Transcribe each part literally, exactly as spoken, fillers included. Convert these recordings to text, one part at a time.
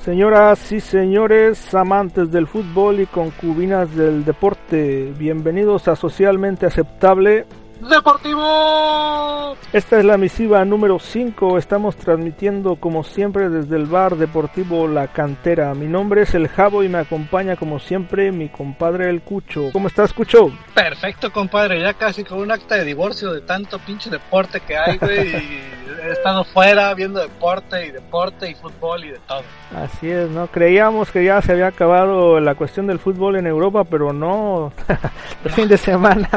Señoras y señores, amantes del fútbol y concubinas del deporte, bienvenidos a Socialmente Aceptable Deportivo. Esta es la misiva número cinco, estamos transmitiendo como siempre desde el bar deportivo La Cantera. Mi nombre es El Jabo y me acompaña como siempre mi compadre El Cucho. ¿Cómo estás, Cucho? Perfecto, compadre, ya casi con un acta de divorcio de tanto pinche deporte que hay, güey, y he estado fuera viendo deporte y deporte y fútbol y de todo. Así es, ¿no? Creíamos que ya se había acabado la cuestión del fútbol en Europa, pero no, el fin de semana...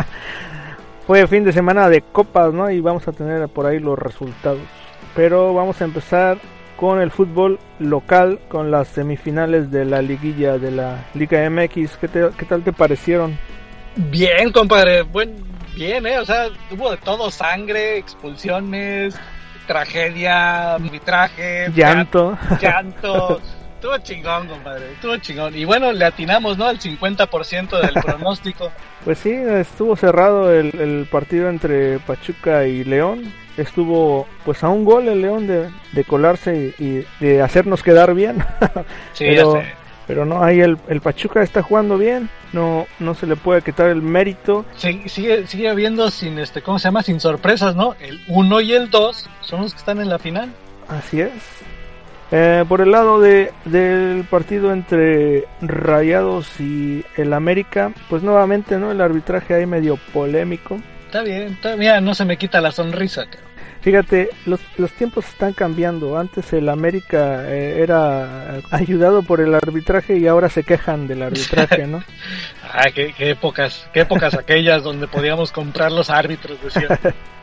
Fue fin de semana de copas, ¿no? Y vamos a tener por ahí los resultados. Pero vamos a empezar con el fútbol local, con las semifinales de la liguilla de la Liga M X. ¿Qué, te, qué tal te parecieron? Bien, compadre. Buen, bien, ¿eh? O sea, hubo de todo: sangre, expulsiones, tragedia, arbitraje, llanto. Llanto. Estuvo chingón, compadre, estuvo chingón. Y bueno, le atinamos, ¿no? Al cincuenta por ciento del pronóstico. Pues sí, estuvo cerrado el, el partido entre Pachuca y León. Estuvo pues a un gol el León de, de colarse y, y de hacernos quedar bien. Sí, pero, ya sé. Pero no, ahí el, el Pachuca está jugando bien. No no se le puede quitar el mérito. Sí, sigue sigue habiendo sin, este ¿cómo se llama? Sin sorpresas, ¿no? El uno y el dos son los que están en la final. Así es. Eh, por el lado de del partido entre Rayados y el América, pues nuevamente, ¿no? El arbitraje ahí medio polémico. Está bien, todavía no se me quita la sonrisa, cabrón. Fíjate, los, los tiempos están cambiando. Antes el América eh, era ayudado por el arbitraje y ahora se quejan del arbitraje, ¿no? Ah, qué, qué épocas, qué épocas aquellas donde podíamos comprar los árbitros, decía.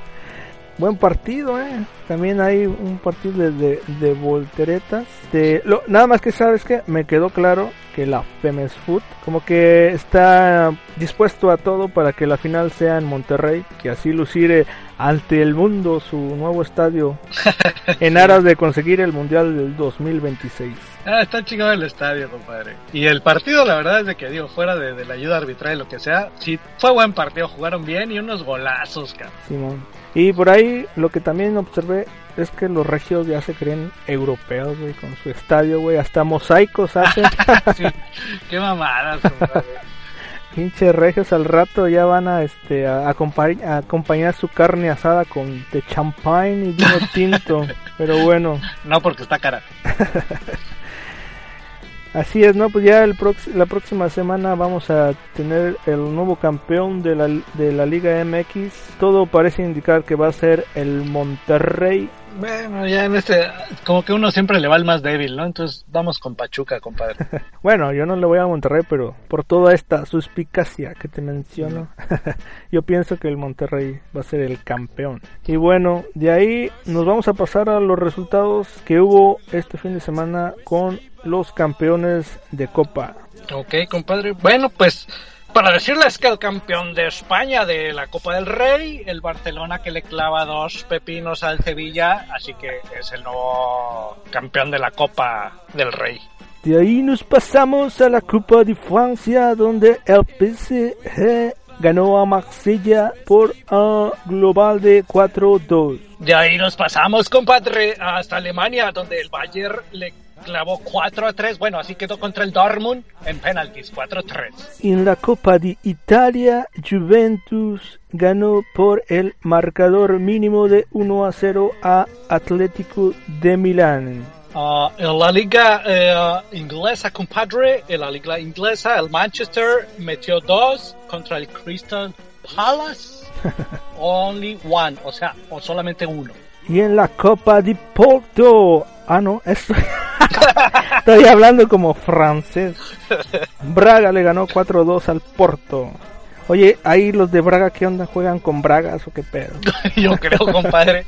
Buen partido, eh. También hay un partido de, de, de volteretas. De, lo, nada más que sabes que me quedó claro que la Femes Foot como que está dispuesto a todo para que la final sea en Monterrey, que así lucire ante el mundo su nuevo estadio en aras de conseguir el Mundial del dos mil veintiséis. Ah, está chingado el estadio, compadre. Y el partido, la verdad es de que, digo, fuera de, de la ayuda arbitral y lo que sea, sí, fue buen partido, jugaron bien y unos golazos, cabrón. Simón. Y por ahí lo que también observé es que los regios ya se creen europeos, güey, con su estadio, güey, hasta mosaicos hacen. Sí, qué mamadas, compadre. Pinches regios al rato ya van a este a, acompañ- a acompañar su carne asada con de champagne y vino tinto, pero bueno. No, porque está cara. Así es, ¿no? Pues ya el prox- la próxima semana vamos a tener el nuevo campeón de la, de la Liga M X. Todo parece indicar que va a ser el Monterrey. Bueno, ya en este, como que uno siempre le va al más débil, ¿no? Entonces vamos con Pachuca, compadre. Bueno, yo no le voy a Monterrey, pero por toda esta suspicacia que te menciono, yo pienso que el Monterrey va a ser el campeón. Y bueno, de ahí nos vamos a pasar a los resultados que hubo este fin de semana con los campeones de Copa. Ok, compadre. Bueno, pues para decirles que el campeón de España de la Copa del Rey, el Barcelona, que le clava dos pepinos al Sevilla, así que es el nuevo campeón de la Copa del Rey. De ahí nos pasamos a la Copa de Francia, donde el P S G ganó a Marsella por un global de cuatro dos. De ahí nos pasamos, compadre, hasta Alemania, donde el Bayern le clavó cuatro a tres, bueno, así quedó contra el Dortmund en penaltis, cuatro a tres. En la Copa de Italia, Juventus ganó por el marcador mínimo de uno a cero a Atlético de Milán. Uh, en la liga eh, inglesa, compadre, en la liga inglesa, el Manchester metió dos contra el Crystal Palace. Only one, o sea, o solamente uno. Y en la Copa de Porto, ah no, estoy, estoy hablando como francés. Braga le ganó cuatro dos al Porto. Oye, ahí los de Braga, ¿qué onda? ¿Juegan con bragas o qué pedo? Yo creo, compadre.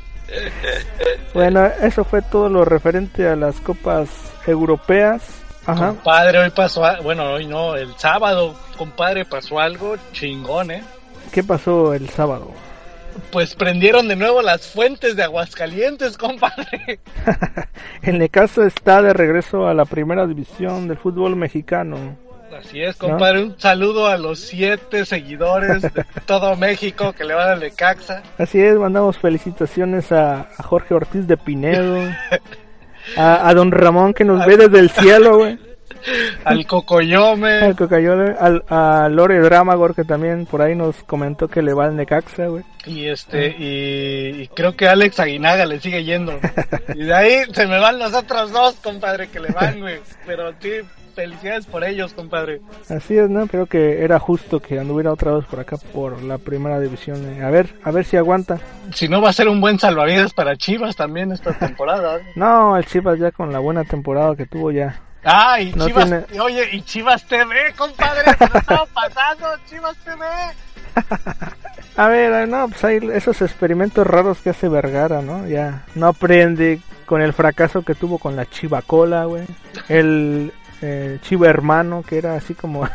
Bueno, eso fue todo lo referente a las copas europeas. Ajá. Compadre, hoy pasó, a... bueno, hoy no, el sábado, compadre, pasó algo chingón, ¿eh? ¿Qué pasó el sábado? Pues prendieron de nuevo las fuentes de Aguascalientes, compadre. El Necaxa está de regreso a la primera división del fútbol mexicano. Así es, compadre, ¿no? Un saludo a los siete seguidores de todo México que le van al Necaxa. Así es, mandamos felicitaciones a, a Jorge Ortiz de Pinedo. a, a don Ramón que nos ve desde el cielo, güey. Al Cocoyome. Al Cocoyome, al, a Lore Dramagor, que también por ahí nos comentó que le va al Necaxa, güey. Y este, y, y creo que Alex Aguinaga le sigue yendo. Y de ahí se me van los otros dos, compadre, que le van, güey. Pero sí, felicidades por ellos, compadre. Así es, ¿no? Creo que era justo que anduviera otra vez por acá, por la primera división. Eh. A ver, a ver si aguanta. Si no, va a ser un buen salvavidas para Chivas también esta temporada. No, el Chivas ya con la buena temporada que tuvo ya. Ah, y no Chivas, tiene... oye, y Chivas T V, compadre, que no estaba pasando, Chivas T V. A ver, no, pues hay esos experimentos raros que hace Vergara, ¿no? Ya no aprende con el fracaso que tuvo con la Chivacola, güey. El eh, Chiva Hermano, que era así como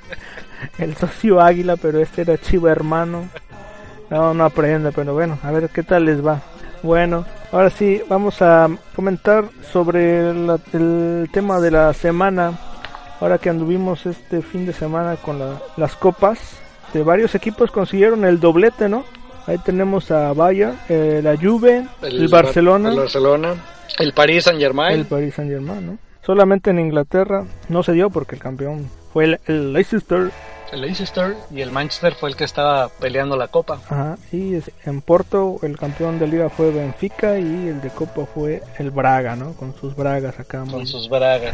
el socio Águila, pero este era Chiva Hermano. No, no aprende, pero bueno, a ver qué tal les va. Bueno, ahora sí, vamos a comentar sobre la, el tema de la semana. Ahora que anduvimos este fin de semana con la, las copas, de varios equipos consiguieron el doblete, ¿no? Ahí tenemos a Bayern, eh, la Juve, el, el Barcelona, el Barcelona, el Paris Saint-Germain. El Paris Saint-Germain, ¿no? Solamente en Inglaterra no se dio porque el campeón fue el, el Leicester. El Leicester y el Manchester fue el que estaba peleando la copa. Ajá, y en Porto el campeón de liga fue Benfica y el de copa fue el Braga, ¿no? Con sus bragas acá. Con sus bragas.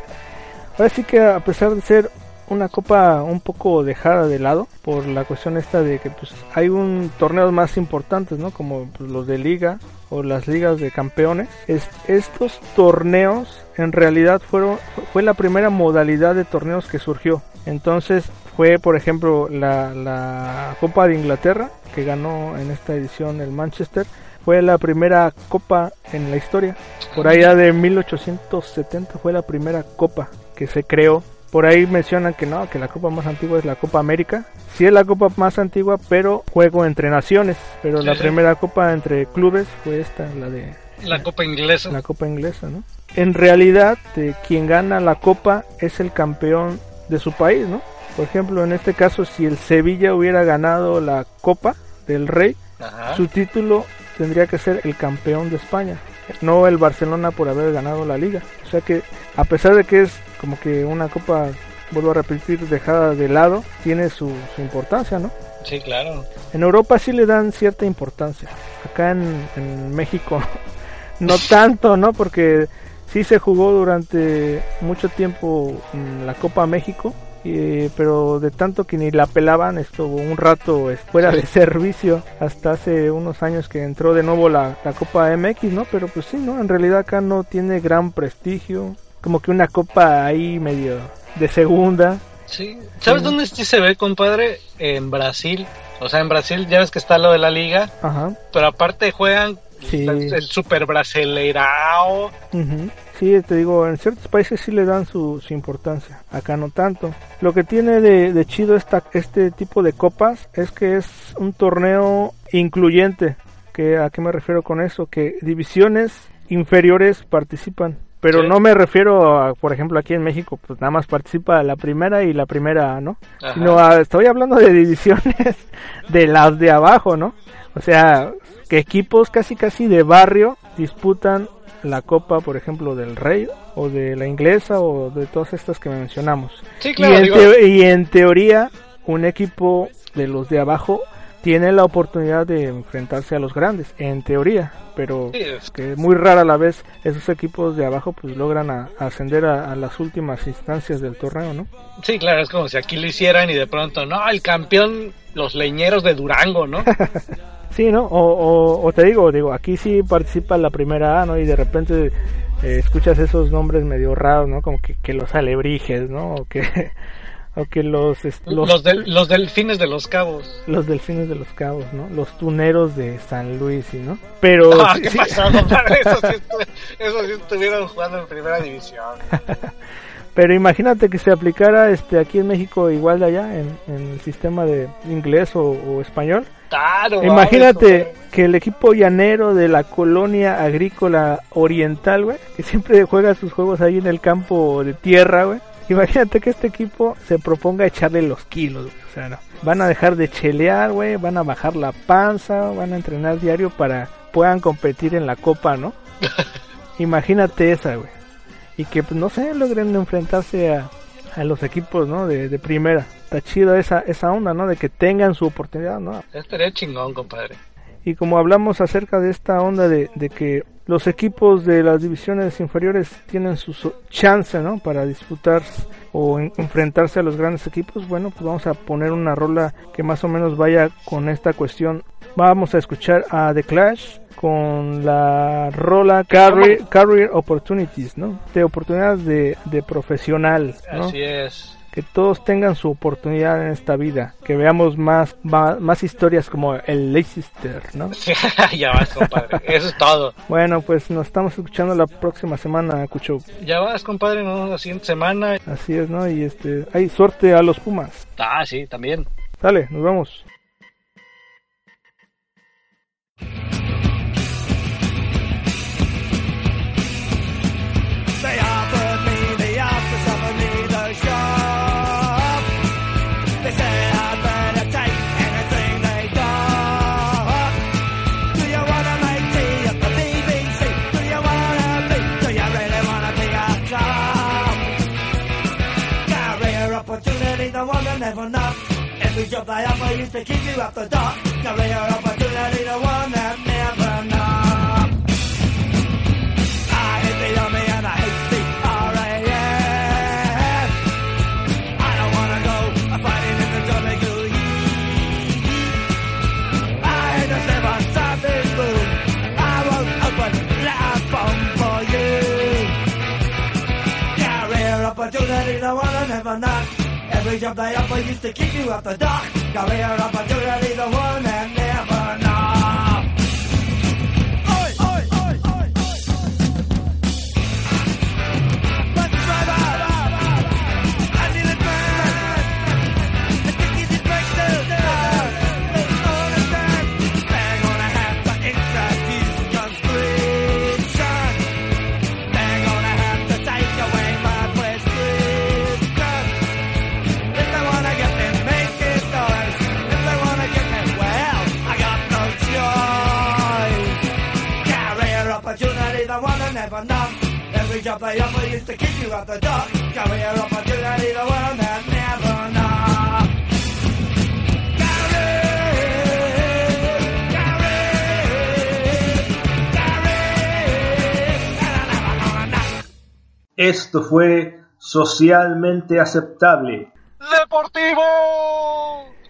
Ahora sí que a pesar de ser una copa un poco dejada de lado por la cuestión esta de que pues hay un torneos más importantes, ¿no? Como pues, los de liga o las ligas de campeones. Es, estos torneos en realidad fueron fue la primera modalidad de torneos que surgió. Entonces fue, por ejemplo, la, la Copa de Inglaterra, que ganó en esta edición el Manchester. Fue la primera copa en la historia. Por allá de mil ochocientos setenta fue la primera copa que se creó. Por ahí mencionan que no, que la copa más antigua es la Copa América. Sí es la copa más antigua, pero juego entre naciones. Pero sí, la sí. primera copa entre clubes fue esta, la de... La copa inglesa. La copa inglesa, ¿no? En realidad, eh, quien gana la copa es el campeón de su país, ¿no? Por ejemplo, en este caso, si el Sevilla hubiera ganado la Copa del Rey, ajá, su título tendría que ser el campeón de España, no el Barcelona por haber ganado la Liga. O sea que, a pesar de que es como que una copa, vuelvo a repetir, dejada de lado, tiene su, su importancia, ¿no? Sí, claro. En Europa sí le dan cierta importancia. Acá en, en México no tanto, ¿no? Porque sí se jugó durante mucho tiempo la Copa México, eh, pero de tanto que ni la pelaban, estuvo un rato fuera de servicio hasta hace unos años que entró de nuevo la, la Copa M X, ¿no? Pero pues sí, ¿no? En realidad acá no tiene gran prestigio, como que una copa ahí medio de segunda. Sí. ¿Sabes sí. dónde sí se ve, compadre? En Brasil. O sea, en Brasil ya ves que está lo de la liga, ajá, pero aparte juegan sí. el, el Super Brasileirao. Uh-huh. Sí, te digo, en ciertos países sí le dan su, su importancia, acá no tanto. Lo que tiene de, de chido esta, este tipo de copas es que es un torneo incluyente. Que, ¿a qué me refiero con eso? Que divisiones inferiores participan. Pero sí. no me refiero a, por ejemplo, aquí en México, pues nada más participa la primera y la primera, ¿no? Ajá. Sino a, estoy hablando de divisiones de las de abajo, ¿no? O sea, que equipos casi casi de barrio disputan la Copa, por ejemplo, del Rey o de la Inglesa o de todas estas que mencionamos. Sí, claro, y, en digo... te- y en teoría, un equipo de los de abajo tiene la oportunidad de enfrentarse a los grandes, en teoría, pero sí, es... que muy rara a la vez esos equipos de abajo pues logran a, a ascender a, a las últimas instancias del torneo, ¿no? Sí, claro, es como si aquí lo hicieran y de pronto, no, el campeón, los leñeros de Durango, ¿no? Sí, ¿no? O, o, o te digo, digo, aquí sí participa la primera A, ¿no? Y de repente eh, escuchas esos nombres medio raros, ¿no? Como que, que los alebrijes, ¿no? O que... o que los los, los, del, los delfines de los cabos los delfines de los cabos, ¿no? Los tuneros de San Luis, ¿no? Pero ah, qué sí. pasó, compadre, eso sí, estu- eso sí estuvieron jugando en primera división. Pero imagínate que se aplicara este aquí en México igual de allá en, en el sistema de inglés o, o español. Claro, imagínate eso, que el equipo llanero de la colonia agrícola oriental, güey, que siempre juega sus juegos ahí en el campo de tierra, güey. Imagínate que este equipo se proponga echarle los kilos, güey. O sea, no. Van a dejar de chelear, güey, van a bajar la panza, van a entrenar diario para puedan competir en la copa, ¿no? Imagínate esa, güey. Y que, pues, no sé, logren enfrentarse a, a los equipos, ¿no? De, de primera. Está chido esa, esa onda, ¿no? De que tengan su oportunidad, ¿no? Estaría chingón, compadre. Y como hablamos acerca de esta onda de, de que los equipos de las divisiones inferiores tienen su so- chance, ¿no? Para disputar o en, enfrentarse a los grandes equipos, bueno, pues vamos a poner una rola que más o menos vaya con esta cuestión. Vamos a escuchar a The Clash con la rola Career, Career Opportunities, ¿no? De oportunidades de, de profesional, ¿no? Así es. Que todos tengan su oportunidad en esta vida, que veamos más más, más historias como el Leicester, ¿no? Ya vas, compadre, eso es todo. Bueno, pues nos estamos escuchando la próxima semana, Cucho. Ya vas, compadre, ¿no? La siguiente semana. Así es, ¿no? Y este, hay suerte a los Pumas. Ah, sí, también. Dale, nos vemos. They offered me the office of a leader shop. They said I'd better take anything they got. Do you wanna make tea at the B B C? Do you wanna be? Do you really wanna be a cop? Career opportunity, the one that never knocked. Every job they offer used to keep you off the dock. Career opportunity, the one that never knocked. I hate the army and I hate the R A F. I don't wanna go fighting in the W E. I hate to live on something blue. I won't open that phone for you. Career opportunity, the one I never knocked. Every job they offer used to keep you off the dock. Career opportunity, the one that never knocked. Oi, oi, oi, oi, oi. Let's drive out. I need a man. I think he's a breakthrough. Understand? They're gonna have to introduce conscription. They're gonna have to take away my prescription. If they wanna get me making noise, if they wanna get me, well, I got no choice. Career opportunity, the one I never knocked. Every job they offer used to keep you at the dock. Career opportunity, the one that never knocked. Career, career, career, and I never gonna knock. Esto fue Socialmente Aceptable. ¡Deportivo!